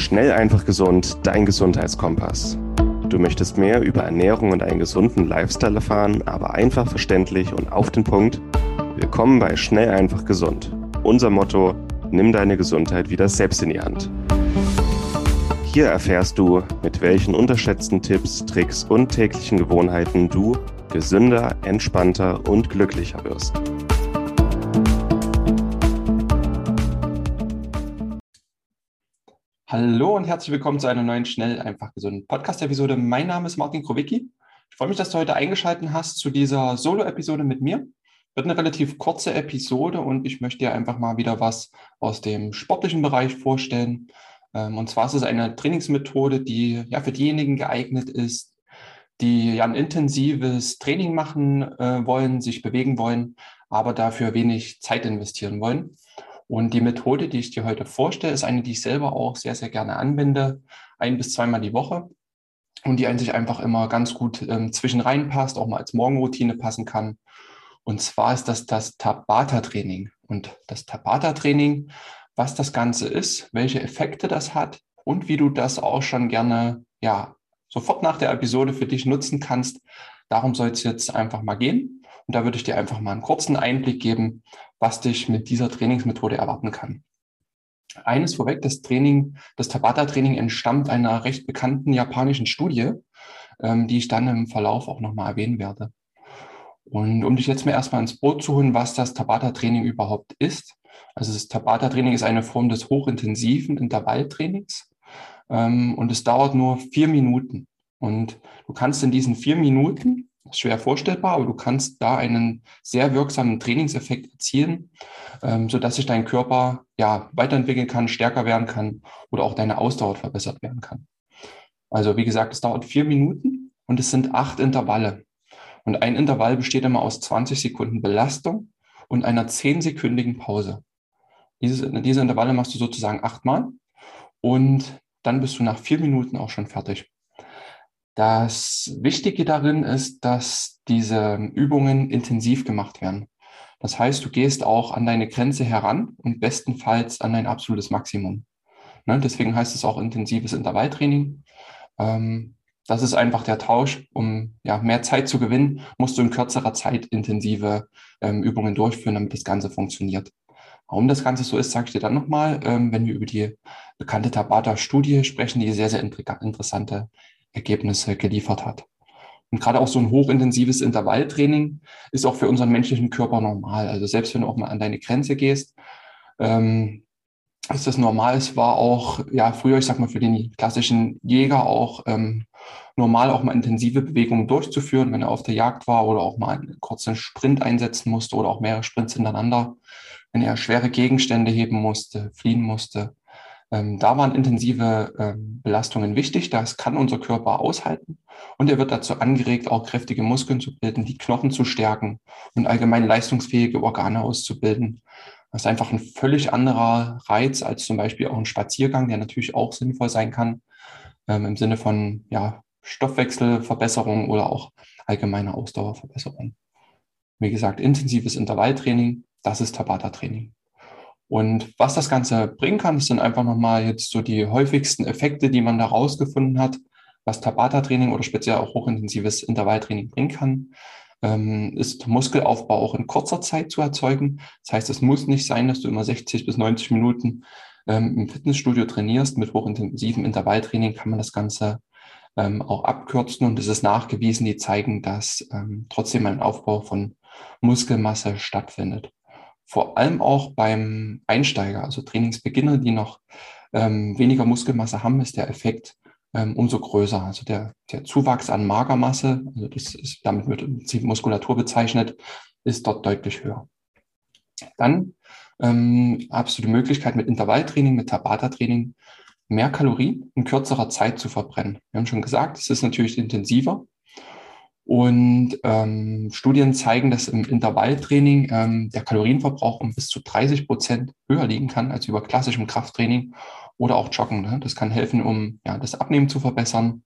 Schnell, einfach gesund, dein Gesundheitskompass. Du möchtest mehr über Ernährung und einen gesunden Lifestyle erfahren, aber einfach verständlich und auf den Punkt? Willkommen bei Schnell, einfach gesund. Unser Motto: Nimm deine Gesundheit wieder selbst in die Hand. Hier erfährst du, mit welchen unterschätzten Tipps, Tricks und täglichen Gewohnheiten du gesünder, entspannter und glücklicher wirst. Hallo und herzlich willkommen zu einer neuen Schnell, einfach gesunden Podcast-Episode. Mein Name ist Martin Krowicki. Ich freue mich, dass du heute eingeschaltet hast zu dieser Solo-Episode mit mir. Wird eine relativ kurze Episode und ich möchte dir einfach mal wieder was aus dem sportlichen Bereich vorstellen. Und zwar ist es eine Trainingsmethode, die ja für diejenigen geeignet ist, die ja ein intensives Training machen wollen, sich bewegen wollen, aber dafür wenig Zeit investieren wollen. Und die Methode, die ich dir heute vorstelle, ist eine, die ich selber auch sehr, sehr gerne anwende, 1- bis zweimal die Woche und die sich einfach immer ganz gut zwischen reinpasst, auch mal als Morgenroutine passen kann. Und zwar ist das Tabata-Training. Und das Tabata-Training, was das Ganze ist, welche Effekte das hat und wie du das auch schon gerne sofort nach der Episode für dich nutzen kannst, darum soll es jetzt einfach mal gehen. Und da würde ich dir einfach mal einen kurzen Einblick geben, was dich mit dieser Trainingsmethode erwarten kann. Eines vorweg, das Tabata-Training entstammt einer recht bekannten japanischen Studie, die ich dann im Verlauf auch nochmal erwähnen werde. Und um dich jetzt mal erstmal ins Boot zu holen, was das Tabata-Training überhaupt ist. Also das Tabata-Training ist eine Form des hochintensiven Intervalltrainings und es dauert nur 4 Minuten. Und du kannst in diesen 4 Minuten, ist schwer vorstellbar, aber du kannst da einen sehr wirksamen Trainingseffekt erzielen, sodass sich dein Körper weiterentwickeln kann, stärker werden kann oder auch deine Ausdauer verbessert werden kann. Also wie gesagt, es dauert 4 Minuten und es sind 8 Intervalle. Und ein Intervall besteht immer aus 20 Sekunden Belastung und einer 10-sekündigen Pause. Diese Intervalle machst du sozusagen 8-mal und dann bist du nach 4 Minuten auch schon fertig. Das Wichtige darin ist, dass diese Übungen intensiv gemacht werden. Das heißt, du gehst auch an deine Grenze heran und bestenfalls an dein absolutes Maximum. Deswegen heißt es auch intensives Intervalltraining. Das ist einfach der Tausch. Um mehr Zeit zu gewinnen, musst du in kürzerer Zeit intensive Übungen durchführen, damit das Ganze funktioniert. Warum das Ganze so ist, sage ich dir dann nochmal, wenn wir über die bekannte Tabata-Studie sprechen, die sehr, sehr interessante Ergebnisse geliefert hat. Und gerade auch so ein hochintensives Intervalltraining ist auch für unseren menschlichen Körper normal. Also selbst wenn du auch mal an deine Grenze gehst, ist das normal. Es war auch früher, ich sag mal, für den klassischen Jäger auch normal, auch mal intensive Bewegungen durchzuführen, wenn er auf der Jagd war oder auch mal einen kurzen Sprint einsetzen musste oder auch mehrere Sprints hintereinander, wenn er schwere Gegenstände heben musste, fliehen musste. Da waren intensive Belastungen wichtig. Das kann unser Körper aushalten. Und er wird dazu angeregt, auch kräftige Muskeln zu bilden, die Knochen zu stärken und allgemein leistungsfähige Organe auszubilden. Das ist einfach ein völlig anderer Reiz als zum Beispiel auch ein Spaziergang, der natürlich auch sinnvoll sein kann, im Sinne von Stoffwechselverbesserung oder auch allgemeine Ausdauerverbesserung. Wie gesagt, intensives Intervalltraining, das ist Tabata-Training. Und was das Ganze bringen kann, das sind einfach nochmal jetzt so die häufigsten Effekte, die man da rausgefunden hat, was Tabata-Training oder speziell auch hochintensives Intervalltraining bringen kann, ist Muskelaufbau auch in kurzer Zeit zu erzeugen. Das heißt, es muss nicht sein, dass du immer 60 bis 90 Minuten im Fitnessstudio trainierst. Mit hochintensivem Intervalltraining kann man das Ganze auch abkürzen und es ist nachgewiesen, die zeigen, dass trotzdem ein Aufbau von Muskelmasse stattfindet. Vor allem auch beim Einsteiger, also Trainingsbeginner, die noch weniger Muskelmasse haben, ist der Effekt umso größer. Also der Zuwachs an Magermasse, also damit wird im Prinzip Muskulatur bezeichnet, ist dort deutlich höher. Dann hast du die Möglichkeit mit Intervalltraining, mit Tabata-Training mehr Kalorien in kürzerer Zeit zu verbrennen. Wir haben schon gesagt, es ist natürlich intensiver. Und Studien zeigen, dass im Intervalltraining der Kalorienverbrauch um bis zu 30% höher liegen kann als über klassischem Krafttraining oder auch Joggen. Ne? Das kann helfen, um das Abnehmen zu verbessern,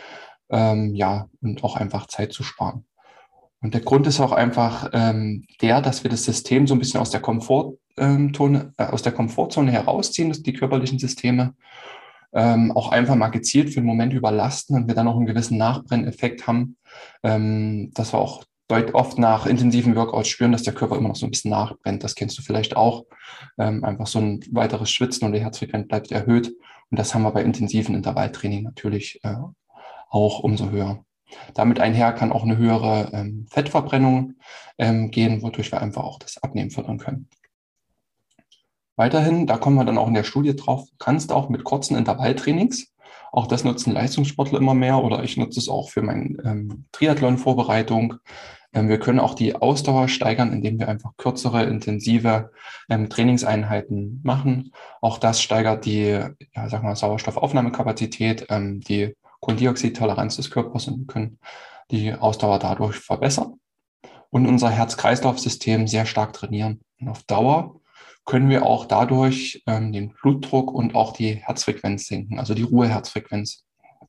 und auch einfach Zeit zu sparen. Und der Grund ist auch einfach dass wir das System so ein bisschen aus der Komfortzone herausziehen, die körperlichen Systeme, auch einfach mal gezielt für einen Moment überlasten und wir dann auch einen gewissen Nachbrenneffekt haben, dass wir auch oft nach intensiven Workouts spüren, dass der Körper immer noch so ein bisschen nachbrennt. Das kennst du vielleicht auch. Einfach so ein weiteres Schwitzen und die Herzfrequenz bleibt erhöht. Und das haben wir bei intensiven Intervalltraining natürlich auch umso höher. Damit einher kann auch eine höhere Fettverbrennung gehen, wodurch wir einfach auch das Abnehmen fördern können. Weiterhin, da kommen wir dann auch in der Studie drauf, kannst auch mit kurzen Intervalltrainings, auch das nutzen Leistungssportler immer mehr oder ich nutze es auch für meine Triathlon-Vorbereitung. Wir können auch die Ausdauer steigern, indem wir einfach kürzere, intensive Trainingseinheiten machen. Auch das steigert die Sauerstoffaufnahmekapazität, die Kohlendioxidtoleranz des Körpers und wir können die Ausdauer dadurch verbessern und unser Herz-Kreislauf-System sehr stark trainieren. Und auf Dauer können wir auch dadurch den Blutdruck und auch die Herzfrequenz senken, also die Ruheherzfrequenz.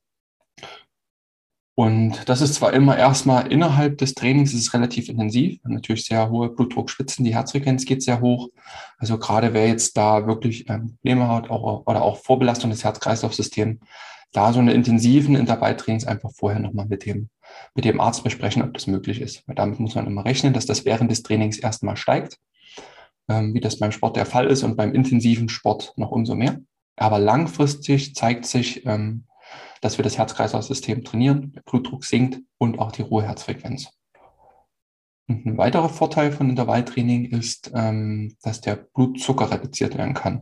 Und das ist zwar immer erstmal innerhalb des Trainings, ist es relativ intensiv, natürlich sehr hohe Blutdruckspitzen, die Herzfrequenz geht sehr hoch. Also gerade wer jetzt da wirklich Probleme hat oder auch Vorbelastung des Herz-Kreislauf-Systems, da so eine intensiven Intervalltrainings einfach vorher nochmal mit dem Arzt besprechen, ob das möglich ist. Weil damit muss man immer rechnen, dass das während des Trainings erstmal steigt, wie das beim Sport der Fall ist und beim intensiven Sport noch umso mehr. Aber langfristig zeigt sich, dass wir das Herz-Kreislauf-System trainieren, der Blutdruck sinkt und auch die Ruheherzfrequenz. Und ein weiterer Vorteil von Intervalltraining ist, dass der Blutzucker reduziert werden kann.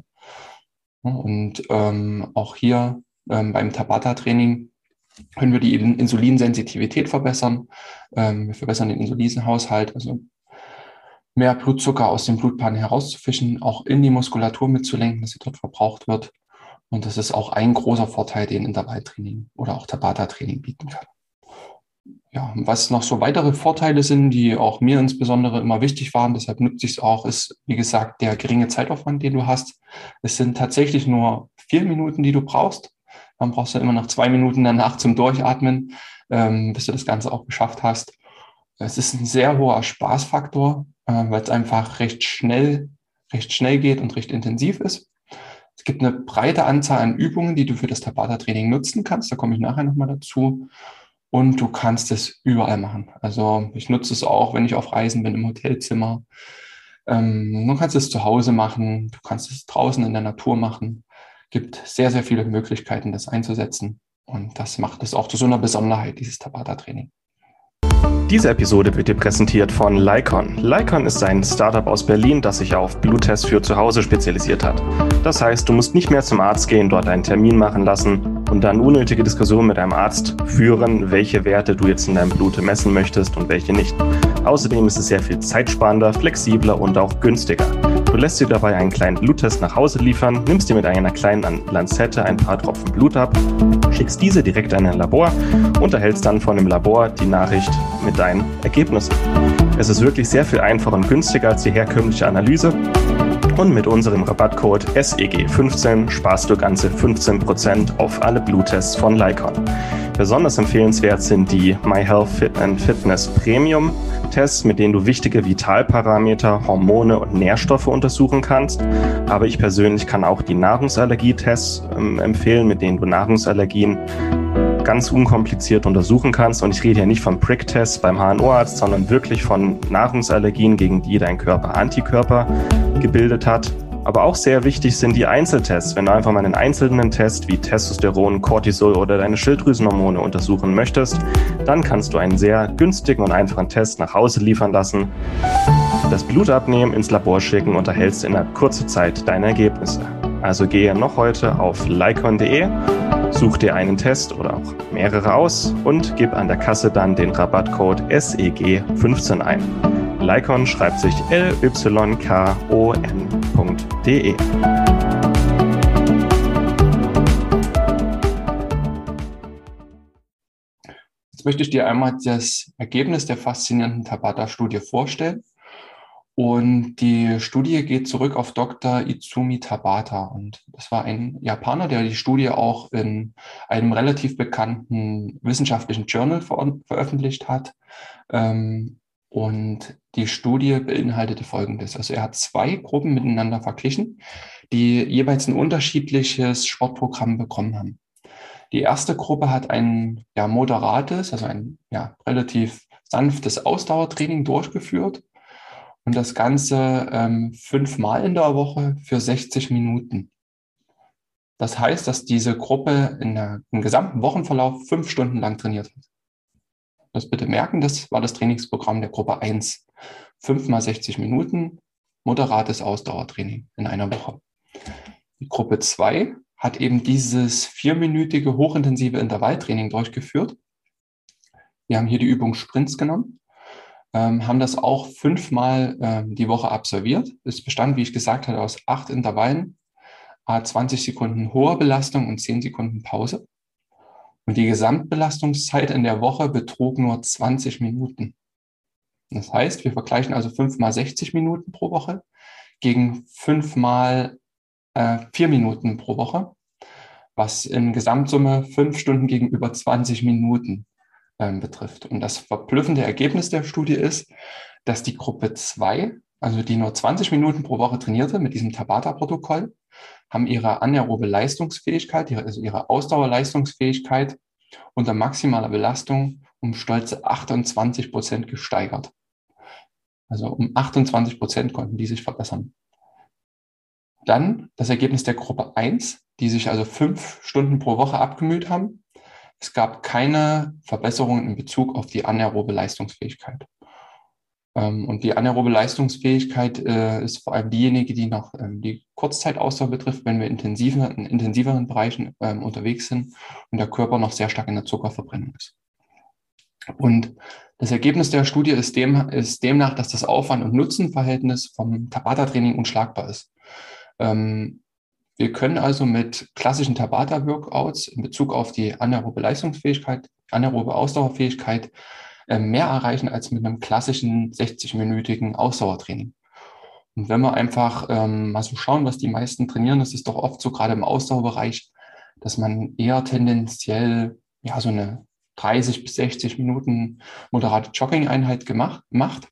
Und auch hier beim Tabata-Training können wir die Insulinsensitivität verbessern. Wir verbessern den Insulinhaushalt, also mehr Blutzucker aus den Blutbahnen herauszufischen, auch in die Muskulatur mitzulenken, dass sie dort verbraucht wird. Und das ist auch ein großer Vorteil, den Intervalltraining oder auch Tabata-Training bieten kann. Ja, was noch so weitere Vorteile sind, die auch mir insbesondere immer wichtig waren, deshalb nutze ich es auch, ist, wie gesagt, der geringe Zeitaufwand, den du hast. Es sind tatsächlich nur 4 Minuten, die du brauchst. Dann brauchst du immer noch 2 Minuten danach zum Durchatmen, bis du das Ganze auch geschafft hast. Es ist ein sehr hoher Spaßfaktor, weil es einfach recht schnell geht und recht intensiv ist. Es gibt eine breite Anzahl an Übungen, die du für das Tabata-Training nutzen kannst. Da komme ich nachher nochmal dazu. Und du kannst es überall machen. Also ich nutze es auch, wenn ich auf Reisen bin, im Hotelzimmer. Du kannst es zu Hause machen. Du kannst es draußen in der Natur machen. Es gibt sehr, sehr viele Möglichkeiten, das einzusetzen. Und das macht es auch zu so einer Besonderheit, dieses Tabata-Training. Diese Episode wird dir präsentiert von Lykon. Lykon ist ein Startup aus Berlin, das sich auf Bluttests für zu Hause spezialisiert hat. Das heißt, du musst nicht mehr zum Arzt gehen, dort einen Termin machen lassen und dann unnötige Diskussionen mit deinem Arzt führen, welche Werte du jetzt in deinem Blut messen möchtest und welche nicht. Außerdem ist es sehr viel zeitsparender, flexibler und auch günstiger. Du lässt dir dabei einen kleinen Bluttest nach Hause liefern, nimmst dir mit einer kleinen Lanzette ein paar Tropfen Blut ab, schickst diese direkt an ein Labor und erhältst dann von dem Labor die Nachricht mit deinen Ergebnissen. Es ist wirklich sehr viel einfacher und günstiger als die herkömmliche Analyse. Und mit unserem Rabattcode SEG15 sparst du ganze 15% auf alle Bluttests von Lykon. Besonders empfehlenswert sind die MyHealth Fit & Fitness Premium Tests, mit denen du wichtige Vitalparameter, Hormone und Nährstoffe untersuchen kannst. Aber ich persönlich kann auch die Nahrungsallergietests empfehlen, mit denen du Nahrungsallergien ganz unkompliziert untersuchen kannst. Und ich rede hier nicht von Prick-Tests beim HNO-Arzt, sondern wirklich von Nahrungsallergien, gegen die dein Körper Antikörper gebildet hat. Aber auch sehr wichtig sind die Einzeltests. Wenn du einfach mal einen einzelnen Test wie Testosteron, Cortisol oder deine Schilddrüsenhormone untersuchen möchtest, dann kannst du einen sehr günstigen und einfachen Test nach Hause liefern lassen, das Blut abnehmen, ins Labor schicken und erhältst innerhalb kurzer Zeit deine Ergebnisse. Also gehe noch heute auf lykon.de, such dir einen Test oder auch mehrere aus und gib an der Kasse dann den Rabattcode SEG15 ein. Lykon schreibt sich lykon.de. Jetzt möchte ich dir einmal das Ergebnis der faszinierenden Tabata-Studie vorstellen. Und die Studie geht zurück auf Dr. Izumi Tabata. Und das war ein Japaner, der die Studie auch in einem relativ bekannten wissenschaftlichen Journal veröffentlicht hat. Und die Studie beinhaltete Folgendes. Also er hat 2 Gruppen miteinander verglichen, die jeweils ein unterschiedliches Sportprogramm bekommen haben. Die erste Gruppe hat ein moderates, also ein relativ sanftes Ausdauertraining durchgeführt und das Ganze 5-mal in der Woche für 60 Minuten. Das heißt, dass diese Gruppe im gesamten Wochenverlauf 5 Stunden lang trainiert hat. Das bitte merken, das war das Trainingsprogramm der Gruppe 1. 5 mal 60 Minuten, moderates Ausdauertraining in einer Woche. Die Gruppe 2 hat eben dieses 4-minütige hochintensive Intervalltraining durchgeführt. Wir haben hier die Übung Sprints genommen, haben das auch 5-mal die Woche absolviert. Es bestand, wie ich gesagt habe, aus 8 Intervallen, 20 Sekunden hoher Belastung und 10 Sekunden Pause. Und die Gesamtbelastungszeit in der Woche betrug nur 20 Minuten. Das heißt, wir vergleichen also 5 mal 60 Minuten pro Woche gegen 5 mal 4 Minuten pro Woche, was in Gesamtsumme 5 Stunden gegenüber 20 Minuten betrifft. Und das verblüffende Ergebnis der Studie ist, dass die Gruppe 2, also die nur 20 Minuten pro Woche trainierte mit diesem Tabata-Protokoll, haben ihre anaerobe Leistungsfähigkeit, also ihre Ausdauerleistungsfähigkeit unter maximaler Belastung um stolze 28% gesteigert. Also um 28% konnten die sich verbessern. Dann das Ergebnis der Gruppe 1, die sich also 5 Stunden pro Woche abgemüht haben. Es gab keine Verbesserungen in Bezug auf die anaerobe Leistungsfähigkeit. Und die anaerobe Leistungsfähigkeit ist vor allem diejenige, die noch die Kurzzeitausdauer betrifft, wenn wir in intensiveren Bereichen unterwegs sind und der Körper noch sehr stark in der Zuckerverbrennung ist. Und das Ergebnis der Studie ist demnach, dass das Aufwand- und Nutzenverhältnis vom Tabata-Training unschlagbar ist. Wir können also mit klassischen Tabata-Workouts in Bezug auf die anaerobe Leistungsfähigkeit, anaerobe Ausdauerfähigkeit mehr erreichen als mit einem klassischen 60-minütigen Ausdauertraining. Und wenn wir einfach mal so schauen, was die meisten trainieren, das ist doch oft so gerade im Ausdauerbereich, dass man eher tendenziell so eine 30 bis 60 Minuten moderate Jogging-Einheit macht.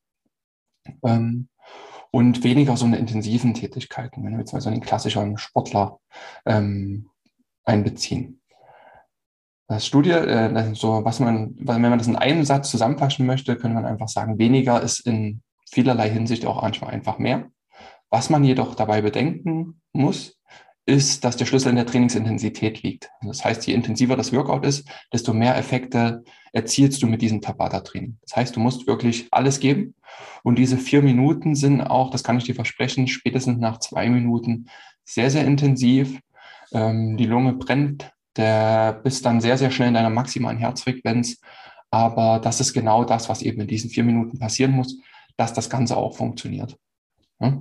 Und weniger so eine intensiven Tätigkeiten, wenn wir jetzt mal so einen klassischen Sportler einbeziehen. Das Studie, wenn man das in einem Satz zusammenfassen möchte, könnte man einfach sagen, weniger ist in vielerlei Hinsicht auch manchmal einfach mehr. Was man jedoch dabei bedenken muss, ist, dass der Schlüssel in der Trainingsintensität liegt. Das heißt, je intensiver das Workout ist, desto mehr Effekte erzielst du mit diesem Tabata-Training. Das heißt, du musst wirklich alles geben. Und diese 4 Minuten sind auch, das kann ich dir versprechen, spätestens nach 2 Minuten sehr, sehr intensiv. Die Lunge brennt, bist dann sehr, sehr schnell in deiner maximalen Herzfrequenz. Aber das ist genau das, was eben in diesen 4 Minuten passieren muss, dass das Ganze auch funktioniert. Ja?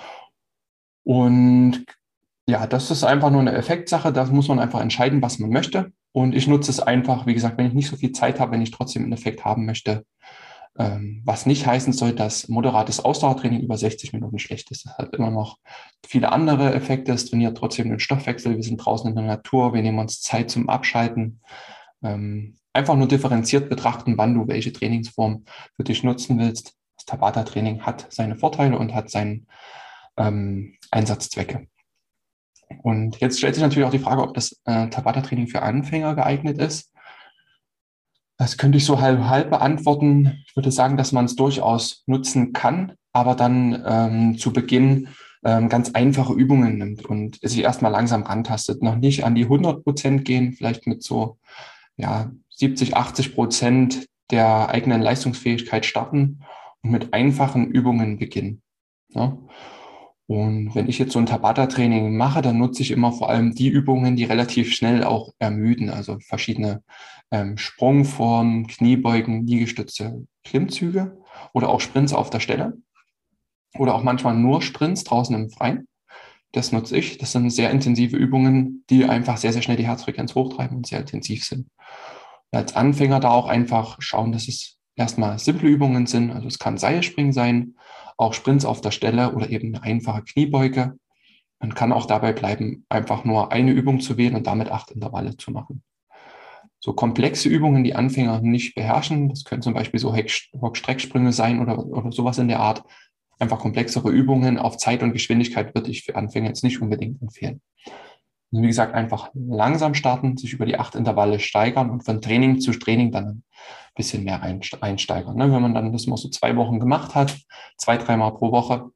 Und das ist einfach nur eine Effektsache. Da muss man einfach entscheiden, was man möchte. Und ich nutze es einfach, wie gesagt, wenn ich nicht so viel Zeit habe, wenn ich trotzdem einen Effekt haben möchte, was nicht heißen soll, dass moderates Ausdauertraining über 60 Minuten schlecht ist. Es hat immer noch viele andere Effekte. Es trainiert trotzdem den Stoffwechsel. Wir sind draußen in der Natur. Wir nehmen uns Zeit zum Abschalten. Einfach nur differenziert betrachten, wann du welche Trainingsform für dich nutzen willst. Das Tabata-Training hat seine Vorteile und hat seine Einsatzzwecke. Und jetzt stellt sich natürlich auch die Frage, ob das Tabata-Training für Anfänger geeignet ist. Das könnte ich so halb beantworten. Ich würde sagen, dass man es durchaus nutzen kann, aber dann zu Beginn ganz einfache Übungen nimmt und sich erstmal langsam rantastet. Noch nicht an die 100% gehen, vielleicht mit so 70, 80% der eigenen Leistungsfähigkeit starten und mit einfachen Übungen beginnen. Ja? Und wenn ich jetzt so ein Tabata-Training mache, dann nutze ich immer vor allem die Übungen, die relativ schnell auch ermüden, also verschiedene Sprungformen, Kniebeugen, Liegestütze, Klimmzüge oder auch Sprints auf der Stelle oder auch manchmal nur Sprints draußen im Freien. Das nutze ich. Das sind sehr intensive Übungen, die einfach sehr, sehr schnell die Herzfrequenz hochtreiben und sehr intensiv sind. Und als Anfänger da auch einfach schauen, dass es erstmal simple Übungen sind. Also es kann Seilspringen sein, auch Sprints auf der Stelle oder eben eine einfache Kniebeuge. Man kann auch dabei bleiben, einfach nur eine Übung zu wählen und damit 8 Intervalle zu machen. so komplexe Übungen, die Anfänger nicht beherrschen. Das können zum Beispiel so Hock-Strecksprünge sein oder sowas in der Art. Einfach komplexere Übungen auf Zeit und Geschwindigkeit würde ich für Anfänger jetzt nicht unbedingt empfehlen. Und wie gesagt, einfach langsam starten, sich über die 8 Intervalle steigern und von Training zu Training dann ein bisschen mehr einsteigern. Wenn man dann das mal so 2 Wochen gemacht hat, 2, 3 Mal pro Woche,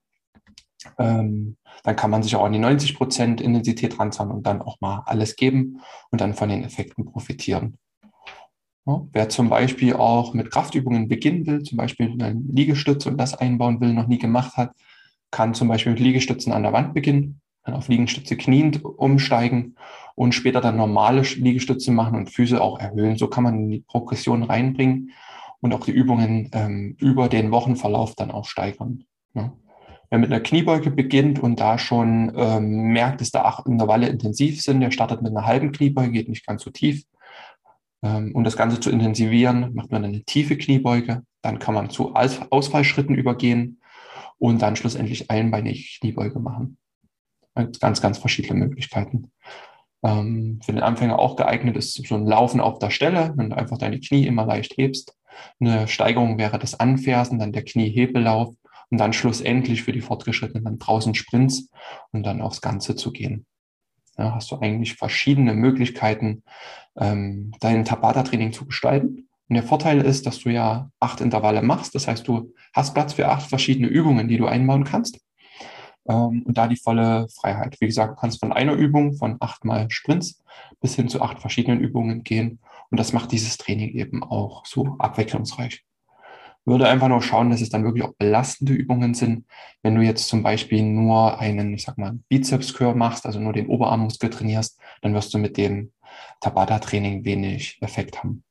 dann kann man sich auch an die 90% Intensität ranzahlen und dann auch mal alles geben und dann von den Effekten profitieren. Ja, wer zum Beispiel auch mit Kraftübungen beginnen will, zum Beispiel eine Liegestütze und das einbauen will, noch nie gemacht hat, kann zum Beispiel mit Liegestützen an der Wand beginnen, dann auf Liegestütze kniend umsteigen und später dann normale Liegestütze machen und Füße auch erhöhen. So kann man in die Progression reinbringen und auch die Übungen über den Wochenverlauf dann auch steigern. Ja. Wer mit einer Kniebeuge beginnt und da schon merkt, dass da 8 Intervalle intensiv sind, der startet mit einer halben Kniebeuge, geht nicht ganz so tief. Um das Ganze zu intensivieren, macht man eine tiefe Kniebeuge. Dann kann man zu Ausfallschritten übergehen und dann schlussendlich einbeinige Kniebeuge machen. Ganz, ganz verschiedene Möglichkeiten. Für den Anfänger auch geeignet ist so ein Laufen auf der Stelle, wenn du einfach deine Knie immer leicht hebst. Eine Steigerung wäre das Anfersen, dann der Kniehebellauf und dann schlussendlich für die Fortgeschrittenen dann draußen Sprints und dann aufs Ganze zu gehen. Ja, hast du eigentlich verschiedene Möglichkeiten, dein Tabata-Training zu gestalten. Und der Vorteil ist, dass du ja 8 Intervalle machst. Das heißt, du hast Platz für 8 verschiedene Übungen, die du einbauen kannst. Und da die volle Freiheit. Wie gesagt, du kannst von einer Übung, von 8 Mal Sprints bis hin zu 8 verschiedenen Übungen gehen. Und das macht dieses Training eben auch so abwechslungsreich. Würde einfach nur schauen, dass es dann wirklich auch belastende Übungen sind. Wenn du jetzt zum Beispiel nur einen, ich sag mal, Bizeps-Curl machst, also nur den Oberarmmuskel trainierst, dann wirst du mit dem Tabata-Training wenig Effekt haben.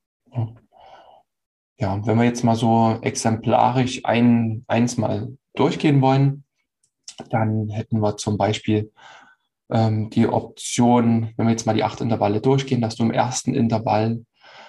Ja, und wenn wir jetzt mal so exemplarisch eins mal durchgehen wollen, dann hätten wir zum Beispiel die Option, wenn wir jetzt mal die 8 Intervalle durchgehen, dass du im ersten Intervall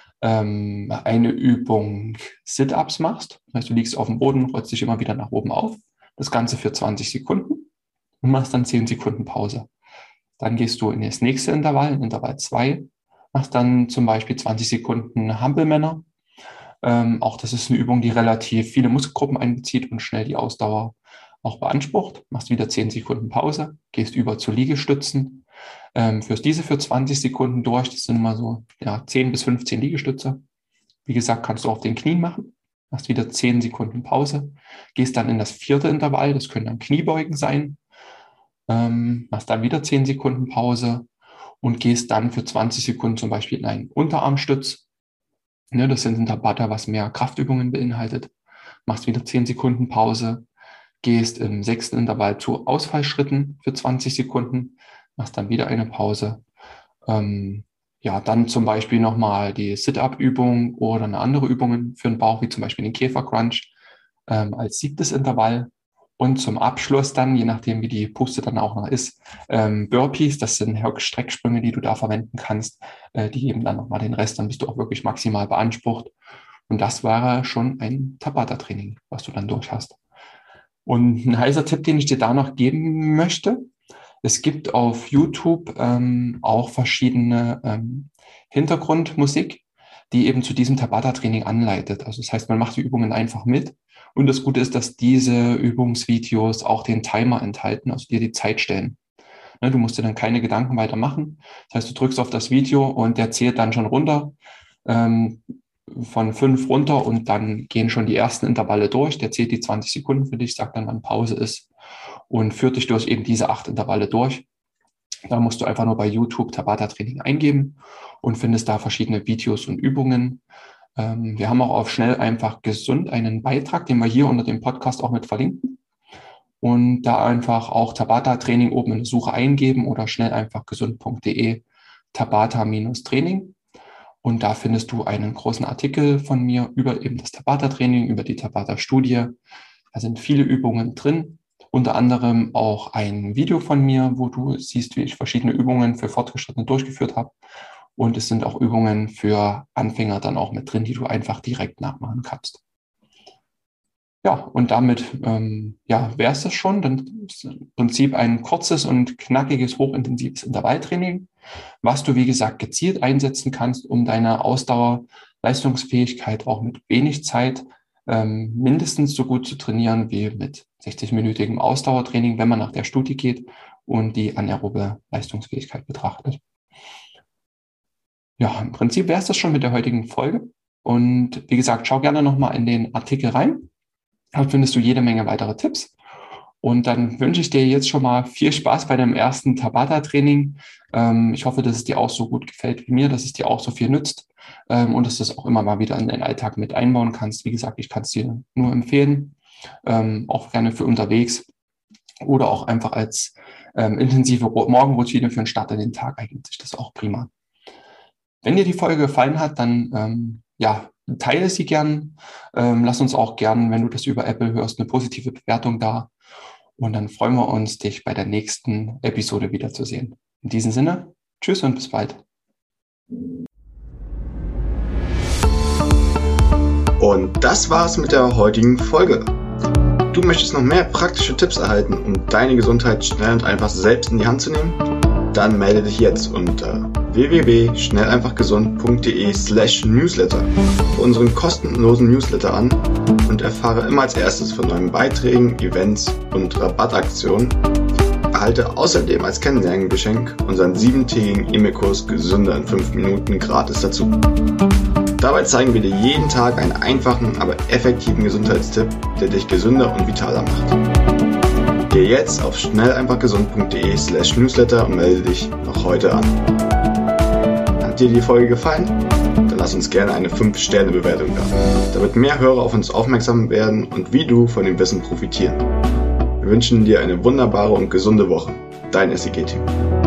eine Übung Sit-Ups machst. Das heißt, du liegst auf dem Boden, rollst dich immer wieder nach oben auf. Das Ganze für 20 Sekunden und machst dann 10 Sekunden Pause. Dann gehst du in das nächste Intervall, in Intervall 2, machst dann zum Beispiel 20 Sekunden Hampelmänner. Auch das ist eine Übung, die relativ viele Muskelgruppen einbezieht und schnell die Ausdauer auch beansprucht. Machst wieder 10 Sekunden Pause, gehst über zu Liegestützen, führst diese für 20 Sekunden durch. Das sind immer so 10 bis 15 Liegestütze. Wie gesagt, kannst du auf den Knien machen. Machst wieder 10 Sekunden Pause. Gehst dann in das 4. Intervall. Das können dann Kniebeugen sein. Machst dann wieder 10 Sekunden Pause und gehst dann für 20 Sekunden zum Beispiel in einen Unterarmstütz. Das sind ein Tabata, was mehr Kraftübungen beinhaltet. Machst wieder 10 Sekunden Pause. Gehst im 6. Intervall zu Ausfallschritten für 20 Sekunden, machst dann wieder eine Pause. Dann zum Beispiel nochmal die Sit-Up-Übung oder eine andere Übung für den Bauch, wie zum Beispiel den Käfer-Crunch als 7. Intervall. Und zum Abschluss dann, je nachdem wie die Puste dann auch noch ist, Burpees, das sind Strecksprünge, die du da verwenden kannst, die geben dann nochmal den Rest, dann bist du auch wirklich maximal beansprucht. Und das wäre schon ein Tabata-Training, was du dann durch hast. Und ein heißer Tipp, den ich dir da noch geben möchte, es gibt auf YouTube auch verschiedene Hintergrundmusik, die eben zu diesem Tabata-Training anleitet. Also das heißt, man macht die Übungen einfach mit. Und das Gute ist, dass diese Übungsvideos auch den Timer enthalten, also dir die Zeit stellen. Du musst dir dann keine Gedanken weiter machen. Das heißt, du drückst auf das Video und der zählt dann schon runter. Von 5 runter und dann gehen schon die ersten Intervalle durch. Der zählt die 20 Sekunden für dich, sagt dann, wann Pause ist und führt dich durch eben diese 8 Intervalle durch. Da musst du einfach nur bei YouTube Tabata-Training eingeben und findest da verschiedene Videos und Übungen. Wir haben auch auf Schnell einfach gesund einen Beitrag, den wir hier unter dem Podcast auch mit verlinken. Und da einfach auch Tabata-Training oben in der Suche eingeben oder schnell einfach gesund.de Tabata-Training. Und da findest du einen großen Artikel von mir über eben das Tabata-Training, über die Tabata-Studie. Da sind viele Übungen drin, unter anderem auch ein Video von mir, wo du siehst, wie ich verschiedene Übungen für Fortgeschrittene durchgeführt habe. Und es sind auch Übungen für Anfänger dann auch mit drin, die du einfach direkt nachmachen kannst. Ja, und damit wäre es das schon. Dann ist im Prinzip ein kurzes und knackiges, hochintensives Intervalltraining was du, wie gesagt, gezielt einsetzen kannst, um deine Ausdauerleistungsfähigkeit auch mit wenig Zeit mindestens so gut zu trainieren wie mit 60-minütigem Ausdauertraining, wenn man nach der Studie geht und die anaerobe Leistungsfähigkeit betrachtet. Ja, im Prinzip wäre es das schon mit der heutigen Folge. Und wie gesagt, schau gerne nochmal in den Artikel rein. Dort findest du jede Menge weitere Tipps. Und dann wünsche ich dir jetzt schon mal viel Spaß bei deinem ersten Tabata-Training. Ich hoffe, dass es dir auch so gut gefällt wie mir, dass es dir auch so viel nützt und dass du es auch immer mal wieder in deinen Alltag mit einbauen kannst. Wie gesagt, ich kann es dir nur empfehlen, auch gerne für unterwegs oder auch einfach als intensive Morgenroutine für einen Start in den Tag eignet sich das auch prima. Wenn dir die Folge gefallen hat, dann teile sie gern. Lass uns auch gern, wenn du das über Apple hörst, eine positive Bewertung da. Und dann freuen wir uns, dich bei der nächsten Episode wiederzusehen. In diesem Sinne, tschüss und bis bald. Und das war's mit der heutigen Folge. Du möchtest noch mehr praktische Tipps erhalten, um deine Gesundheit schnell und einfach selbst in die Hand zu nehmen? Dann melde dich jetzt unter www.schnelleinfachgesund.de/newsletter für unseren kostenlosen Newsletter an und erfahre immer als erstes von neuen Beiträgen, Events und Rabattaktionen. Erhalte außerdem als Kennenlerngeschenk unseren 7-tägigen E-Mail-Kurs Gesünder in 5 Minuten gratis dazu. Dabei zeigen wir dir jeden Tag einen einfachen, aber effektiven Gesundheitstipp, der dich gesünder und vitaler macht. Geh jetzt auf schnelleinfachgesund.de/newsletter und melde dich noch heute an. Hat dir die Folge gefallen? Dann lass uns gerne eine 5-Sterne-Bewertung da, damit mehr Hörer auf uns aufmerksam werden und wie du von dem Wissen profitieren. Wir wünschen dir eine wunderbare und gesunde Woche. Dein SEG-Team.